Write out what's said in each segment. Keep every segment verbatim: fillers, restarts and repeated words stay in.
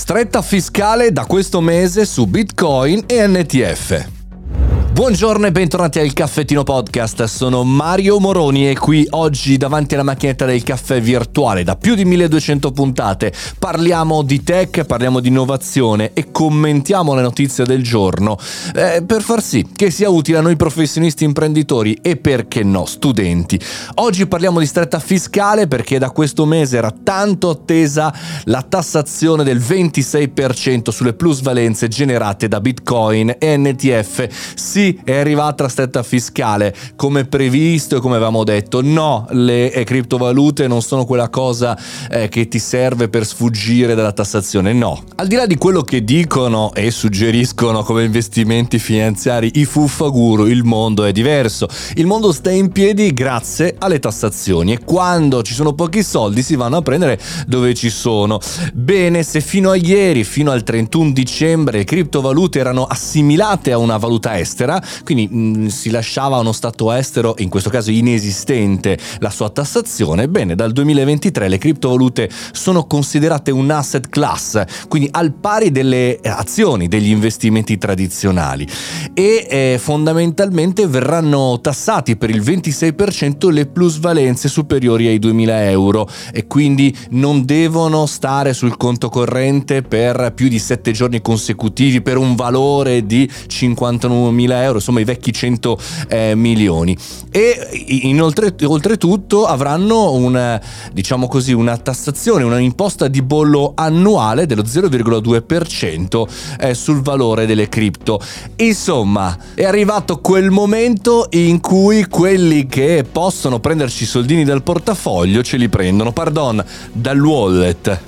Stretta fiscale da questo mese su Bitcoin e N T F. Buongiorno e bentornati al Caffettino Podcast, sono Mario Moroni e qui oggi davanti alla macchinetta del caffè virtuale da più di milleduecento puntate parliamo di tech, parliamo di innovazione e commentiamo le notizie del giorno eh, per far sì che sia utile a noi professionisti imprenditori e perché no studenti. Oggi parliamo di stretta fiscale perché da questo mese era tanto attesa la tassazione del ventisei per cento sulle plusvalenze generate da Bitcoin e N T F. Sì, è arrivata la stretta fiscale come previsto e come avevamo detto. No, le eh, criptovalute non sono quella cosa eh, che ti serve per sfuggire dalla tassazione, no. Al di là di quello che dicono e suggeriscono come investimenti finanziari i fuffaguru, il mondo è diverso. Il mondo sta in piedi grazie alle tassazioni e quando ci sono pochi soldi si vanno a prendere dove ci sono. Bene, se fino a ieri, fino al trentuno dicembre, le criptovalute erano assimilate a una valuta estera, quindi mh, si lasciava a uno stato estero, in questo caso inesistente, la sua tassazione. Bene, dal duemilaventitré le criptovalute sono considerate un asset class, quindi al pari delle azioni, degli investimenti tradizionali e eh, fondamentalmente verranno tassati per il ventisei per cento le plusvalenze superiori ai duemila euro e quindi non devono stare sul conto corrente per più di sette giorni consecutivi per un valore di cinquantanovemila euro, insomma i vecchi cento eh, milioni. E inoltre, oltretutto avranno una, diciamo così, una tassazione, una imposta di bollo annuale dello zero virgola due per cento eh, sul valore delle cripto. Insomma, è arrivato quel momento in cui quelli che possono prenderci i soldini dal portafoglio ce li prendono, pardon, dal wallet.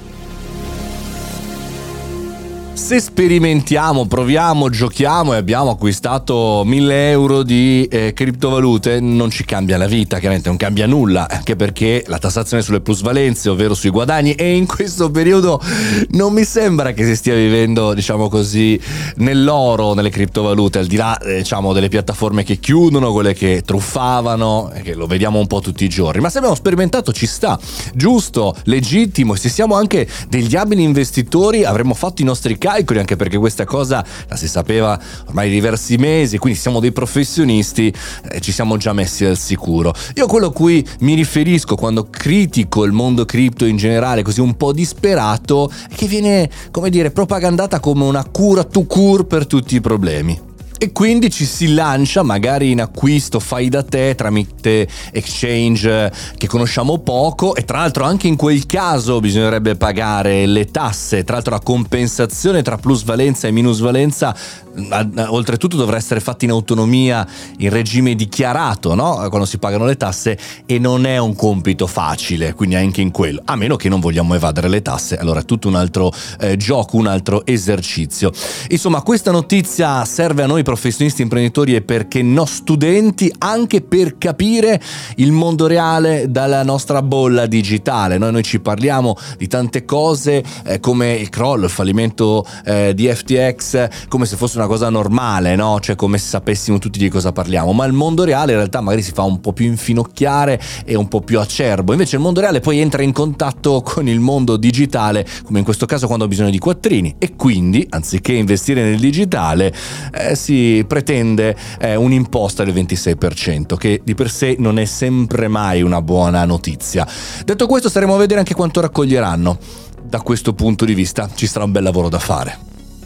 Se sperimentiamo, proviamo, giochiamo e abbiamo acquistato mille euro di eh, criptovalute, non ci cambia la vita, chiaramente non cambia nulla, anche perché la tassazione sulle plusvalenze, ovvero sui guadagni, e in questo periodo non mi sembra che si stia vivendo, diciamo così, nell'oro nelle criptovalute, al di là eh, diciamo delle piattaforme che chiudono, quelle che truffavano, che lo vediamo un po' tutti i giorni. Ma se abbiamo sperimentato ci sta, giusto, legittimo, e se siamo anche degli abili investitori avremmo fatto i nostri calcoli, anche perché questa cosa la si sapeva ormai diversi mesi, quindi siamo dei professionisti, eh, ci siamo già messi al sicuro. Io quello a cui mi riferisco quando critico il mondo cripto in generale, così un po' disperato, è che viene, come dire, propagandata come una cura tout court per tutti i problemi. E quindi ci si lancia magari in acquisto fai da te tramite exchange che conosciamo poco e tra l'altro anche in quel caso bisognerebbe pagare le tasse. Tra l'altro la compensazione tra plusvalenza e minusvalenza oltretutto dovrà essere fatta in autonomia, in regime dichiarato, no? Quando si pagano le tasse, e non è un compito facile, quindi anche in quello, a meno che non vogliamo evadere le tasse, allora è tutto un altro eh, gioco, un altro esercizio. Insomma, questa notizia serve a noi professionisti imprenditori e perché no studenti, anche per capire il mondo reale dalla nostra bolla digitale. Noi, noi ci parliamo di tante cose eh, come il crollo, il fallimento eh, di F T X, come se fosse una cosa normale, no? Cioè come se sapessimo tutti di cosa parliamo, ma il mondo reale in realtà magari si fa un po' più infinocchiare e un po' più acerbo. Invece il mondo reale poi entra in contatto con il mondo digitale, come in questo caso quando ha bisogno di quattrini, e quindi anziché investire nel digitale eh, si pretende eh, un'imposta del ventisei per cento, che di per sé non è sempre mai una buona notizia. Detto questo, staremo a vedere anche quanto raccoglieranno. Da questo punto di vista ci sarà un bel lavoro da fare.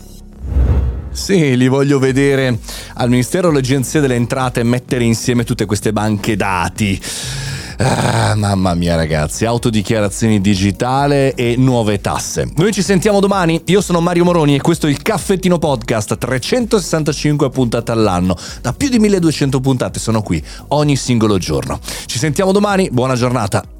Sì, li voglio vedere al Ministero dell'Agenzia delle Entrate mettere insieme tutte queste banche dati. Ah, mamma mia ragazzi, autodichiarazioni digitale e nuove tasse. Noi ci sentiamo domani, io sono Mario Moroni e questo è il Caffettino Podcast, trecentosessantacinque puntate all'anno, da più di milleduecento puntate sono qui ogni singolo giorno. Ci sentiamo domani, buona giornata.